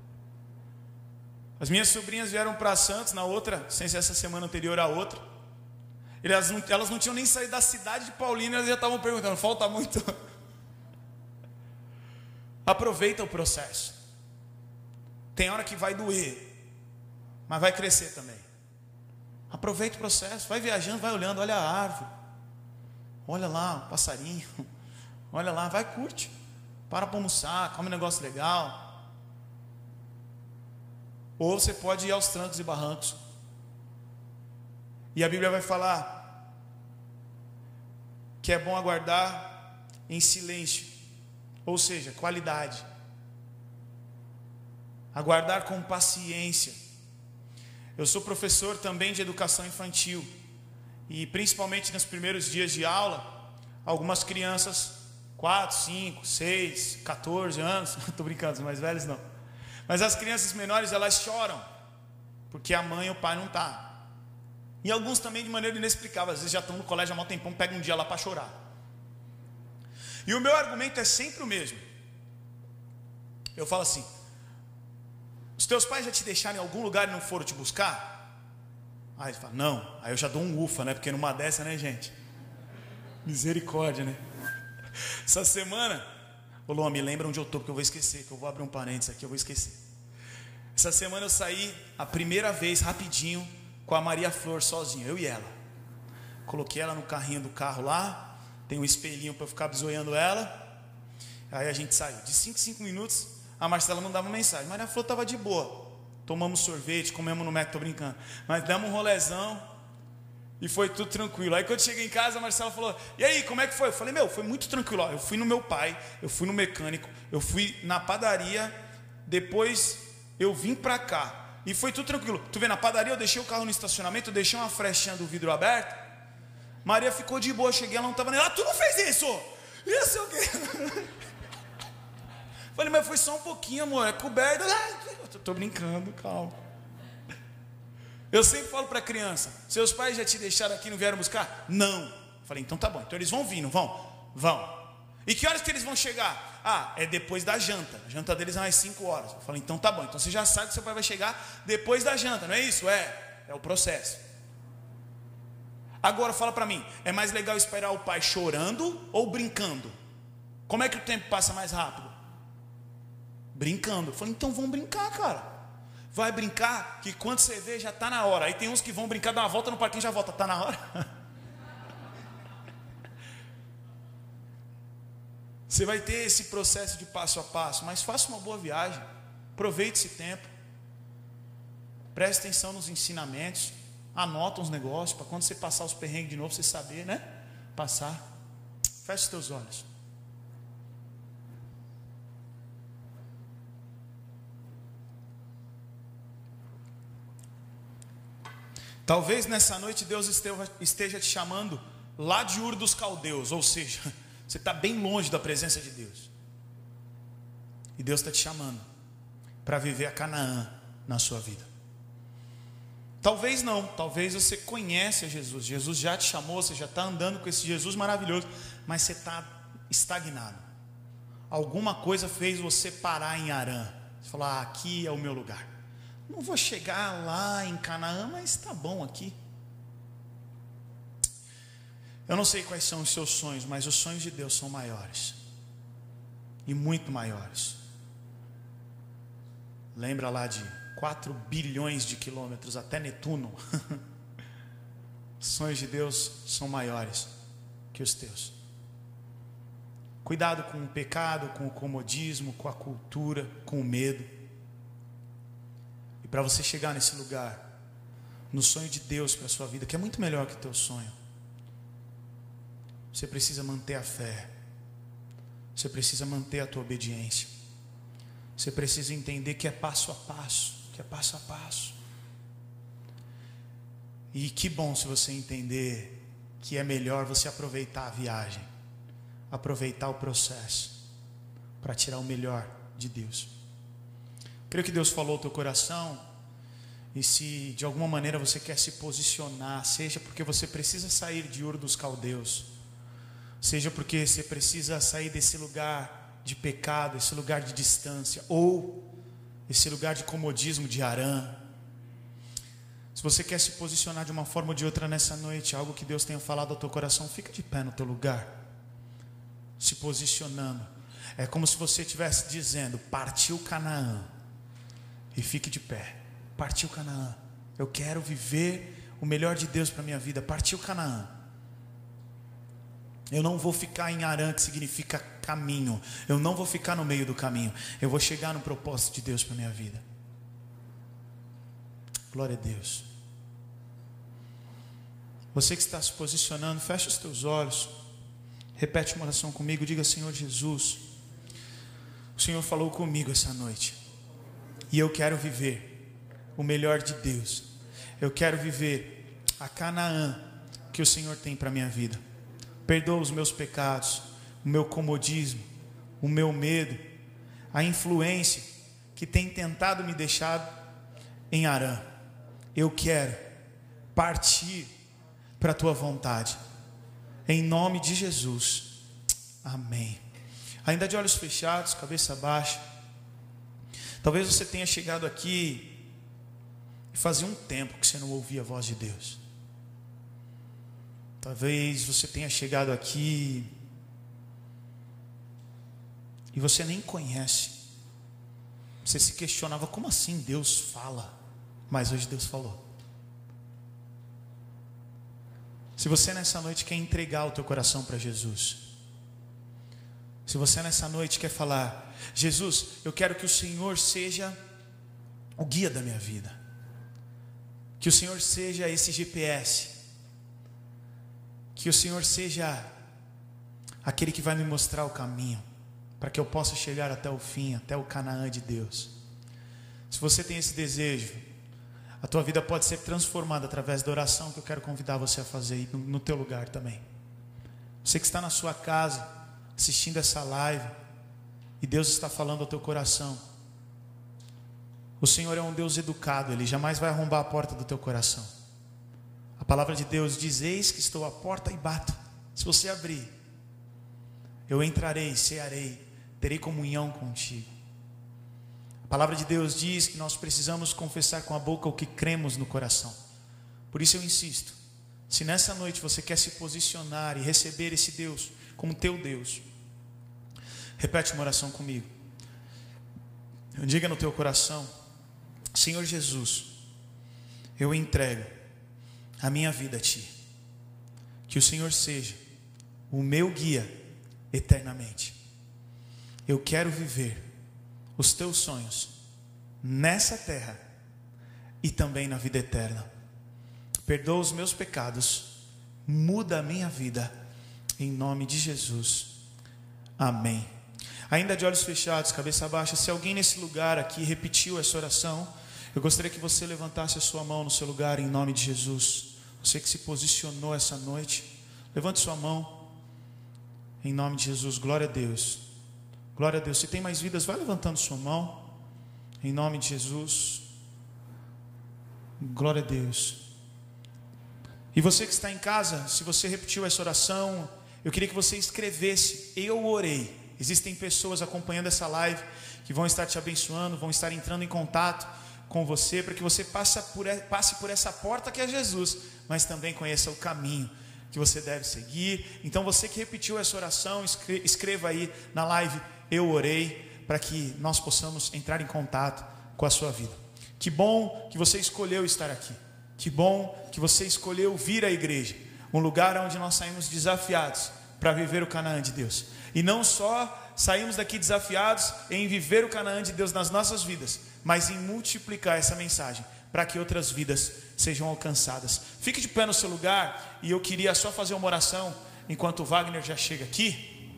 As minhas sobrinhas vieram para Santos na outra, sem ser essa semana anterior a outra. Elas não, elas não tinham nem saído da cidade de Paulínia, elas já estavam perguntando, falta muito? Aproveita o processo. Tem hora que vai doer, mas vai crescer também. Aproveita o processo, vai viajando, vai olhando, olha a árvore, olha lá o passarinho, olha lá, vai, curte, para para almoçar, come um negócio legal. Ou você pode ir aos trancos e barrancos. E a Bíblia vai falar que é bom aguardar em silêncio, ou seja, qualidade. Aguardar com paciência. Eu sou professor também de educação infantil, e principalmente nos primeiros dias de aula, algumas crianças, quatro, cinco, seis, quatorze anos, estou brincando, os mais velhos não, mas as crianças menores, elas choram, porque a mãe e o pai não estão. E alguns também de maneira inexplicável, às vezes já estão no colégio há muito tempão, pegam um dia lá para chorar. E o meu argumento é sempre o mesmo. Eu falo assim, os teus pais já te deixaram em algum lugar e não foram te buscar? Aí ele fala, não. Aí eu já dou um ufa, né? Porque numa dessa, né, gente? Misericórdia, né? Essa semana, ô Luan, me lembra onde eu estou, porque eu vou esquecer, que eu vou abrir um parênteses aqui, eu vou esquecer. Essa semana eu saí a primeira vez, rapidinho, com a Maria Flor sozinha, eu e ela. Coloquei ela no carrinho do carro lá, tem um espelhinho para eu ficar bisoiando ela. Aí a gente saiu. De cinco em cinco minutos, a Marcela mandava mensagem. Maria Flor estava de boa. Tomamos sorvete, comemos no Mac, tô brincando. Mas damos um rolezão. E foi tudo tranquilo. Aí quando cheguei em casa, a Marcela falou: e aí, como é que foi? Eu falei: meu, foi muito tranquilo. Ó, eu fui no meu pai, eu fui no mecânico, eu fui na padaria, depois eu vim pra cá. E foi tudo tranquilo. Tu vê, na padaria eu deixei o carro no estacionamento, eu deixei uma frechinha do vidro aberto. Maria ficou de boa, cheguei, ela não estava nem lá. Tu não fez isso? Isso o quê? Falei: mas foi só um pouquinho, amor, é coberto. Eu tô brincando, calma. Eu sempre falo para a criança: seus pais já te deixaram aqui e não vieram buscar? Não. Falei: então tá bom, então eles vão vir, não vão? Vão. E que horas que eles vão chegar? Ah, é depois da janta. A janta deles é mais cinco horas. Eu falei: então tá bom, então você já sabe que seu pai vai chegar depois da janta, não é isso? É, é o processo. Agora fala para mim, é mais legal esperar o pai chorando ou brincando? Como é que o tempo passa mais rápido? Brincando. Eu falei: então vamos brincar, cara. Vai brincar, que quando você vê já está na hora. Aí tem uns que vão brincar, dar uma volta no parquinho e já volta. Está na hora? Você vai ter esse processo de passo a passo, mas faça uma boa viagem. Aproveite esse tempo. Preste atenção nos ensinamentos. Anota uns negócios, para quando você passar os perrengues de novo, você saber, né? Passar. Feche os teus olhos. Talvez nessa noite Deus esteja te chamando lá de Ur dos Caldeus, ou seja, você está bem longe da presença de Deus. E Deus está te chamando para viver a Canaã na sua vida. Talvez não, talvez você conhece a Jesus, Jesus já te chamou, você já está andando com esse Jesus maravilhoso, mas você está estagnado. Alguma coisa fez você parar em Harã. Você falou: ah, aqui é o meu lugar. Não vou chegar lá em Canaã, mas está bom aqui. Eu não sei quais são os seus sonhos, mas os sonhos de Deus são maiores. E muito maiores. Lembra lá de quatro bilhões de quilômetros até Netuno? Os sonhos de Deus são maiores que os teus. Cuidado com o pecado, com o comodismo, com a cultura, com o medo. E para você chegar nesse lugar, no sonho de Deus para a sua vida, que é muito melhor que o teu sonho, você precisa manter a fé, você precisa manter a tua obediência, você precisa entender que é passo a passo, que é passo a passo. E que bom se você entender que é melhor você aproveitar a viagem, aproveitar o processo, para tirar o melhor de Deus. Creio que Deus falou ao teu coração. E se de alguma maneira você quer se posicionar, seja porque você precisa sair de Ur dos Caldeus, seja porque você precisa sair desse lugar de pecado, esse lugar de distância, ou esse lugar de comodismo de Harã. Se você quer se posicionar de uma forma ou de outra nessa noite, algo que Deus tenha falado ao teu coração, fica de pé no teu lugar, se posicionando. É como se você estivesse dizendo: partiu Canaã. E fique de pé. Partiu Canaã. Eu quero viver o melhor de Deus para a minha vida. Partiu Canaã. Eu não vou ficar em Harã, que significa caminho. Eu não vou ficar no meio do caminho. Eu vou chegar no propósito de Deus para a minha vida. Glória a Deus. Você que está se posicionando, fecha os teus olhos. Repete uma oração comigo. Diga: Senhor Jesus, o Senhor falou comigo essa noite. E eu quero viver o melhor de Deus. Eu quero viver a Canaã que o Senhor tem para a minha vida. Perdoa os meus pecados, o meu comodismo, o meu medo, a influência que tem tentado me deixar em Harã. Eu quero partir para a tua vontade. Em nome de Jesus. Amém. Ainda de olhos fechados, cabeça baixa. Talvez você tenha chegado aqui e fazia um tempo que você não ouvia a voz de Deus. Talvez você tenha chegado aqui e você nem conhece. Você se questionava: como assim Deus fala? Mas hoje Deus falou. Se você nessa noite quer entregar o teu coração para Jesus, se você nessa noite quer falar: Jesus, eu quero que o Senhor seja o guia da minha vida, que o Senhor seja esse G P S, Que o Senhor seja aquele que vai me mostrar o caminho, para que eu possa chegar até o fim, até o Canaã de Deus. Se você tem esse desejo, a tua vida pode ser transformada através da oração que eu quero convidar você a fazer no, no teu lugar também. Você que está na sua casa, assistindo essa live, e Deus está falando ao teu coração. O Senhor é um Deus educado, Ele jamais vai arrombar a porta do teu coração. A palavra de Deus diz: eis que estou à porta e bato. Se você abrir, eu entrarei, cearei, terei comunhão contigo. A palavra de Deus diz que nós precisamos confessar com a boca o que cremos no coração. Por isso eu insisto, se nessa noite você quer se posicionar e receber esse Deus como teu Deus, repete uma oração comigo. Diga no teu coração: Senhor Jesus, eu entrego a minha vida a Ti. Que o Senhor seja o meu guia eternamente. Eu quero viver os Teus sonhos nessa terra e também na vida eterna. Perdoa os meus pecados, muda a minha vida, em nome de Jesus, amém. Ainda de olhos fechados, cabeça baixa, se alguém nesse lugar aqui repetiu essa oração, eu gostaria que você levantasse a sua mão no seu lugar, em nome de Jesus. Você que se posicionou essa noite, levante sua mão, em nome de Jesus. Glória a Deus, glória a Deus. Se tem mais vidas, vai levantando sua mão, em nome de Jesus. Glória a Deus. E você que está em casa, se você repetiu essa oração, eu queria que você escrevesse: eu orei. Existem pessoas acompanhando essa live que vão estar te abençoando, vão estar entrando em contato com você, para que você passe por, passe por essa porta que é Jesus, mas também conheça o caminho que você deve seguir. Então você que repetiu essa oração, escreva aí na live: eu orei, para que nós possamos entrar em contato com a sua vida. Que bom que você escolheu estar aqui. Que bom que você escolheu vir à igreja, um lugar onde nós saímos desafiados para viver o Canaã de Deus. E não só saímos daqui desafiados em viver o Canaã de Deus nas nossas vidas, mas em multiplicar essa mensagem para que outras vidas sejam alcançadas. Fique de pé no seu lugar, e eu queria só fazer uma oração enquanto o Wagner já chega aqui.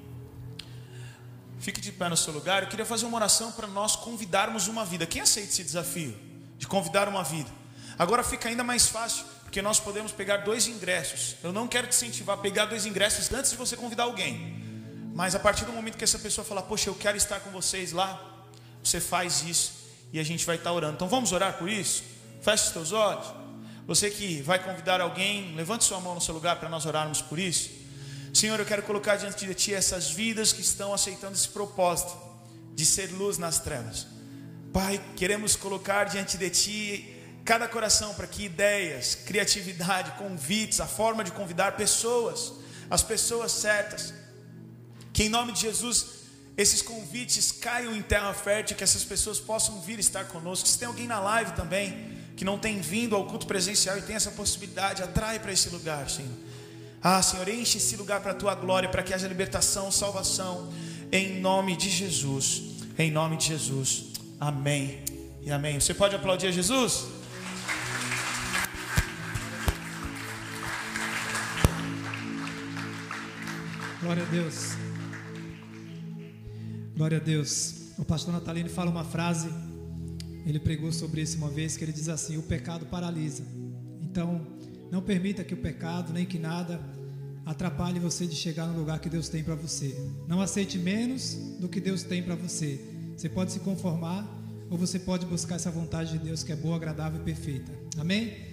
Fique de pé no seu lugar. Eu queria fazer uma oração para nós convidarmos uma vida. Quem aceita esse desafio de convidar uma vida? Agora fica ainda mais fácil, porque nós podemos pegar dois ingressos. Eu não quero te incentivar a pegar dois ingressos antes de você convidar alguém, mas a partir do momento que essa pessoa falar: poxa, eu quero estar com vocês lá, você faz isso e a gente vai estar orando. Então vamos orar por isso? Feche os teus olhos. Você que vai convidar alguém, levante sua mão no seu lugar para nós orarmos por isso. Senhor, eu quero colocar diante de Ti essas vidas que estão aceitando esse propósito de ser luz nas trevas. Pai, queremos colocar diante de Ti cada coração, para que ideias, criatividade, convites, a forma de convidar pessoas, as pessoas certas, que em nome de Jesus esses convites caiam em terra fértil, que essas pessoas possam vir estar conosco. Se tem alguém na live também que não tem vindo ao culto presencial e tem essa possibilidade, atrai para esse lugar, Senhor. Ah, Senhor, enche esse lugar para a Tua glória, para que haja libertação, salvação, em nome de Jesus, em nome de Jesus, amém e amém. Você pode aplaudir a Jesus? Glória a Deus. Glória a Deus. O pastor Natalino fala uma frase, ele pregou sobre isso uma vez, que ele diz assim: o pecado paralisa. Então, não permita que o pecado, nem que nada atrapalhe você de chegar no lugar que Deus tem para você. Não aceite menos do que Deus tem para você. Você pode se conformar, ou você pode buscar essa vontade de Deus, que é boa, agradável e perfeita. Amém?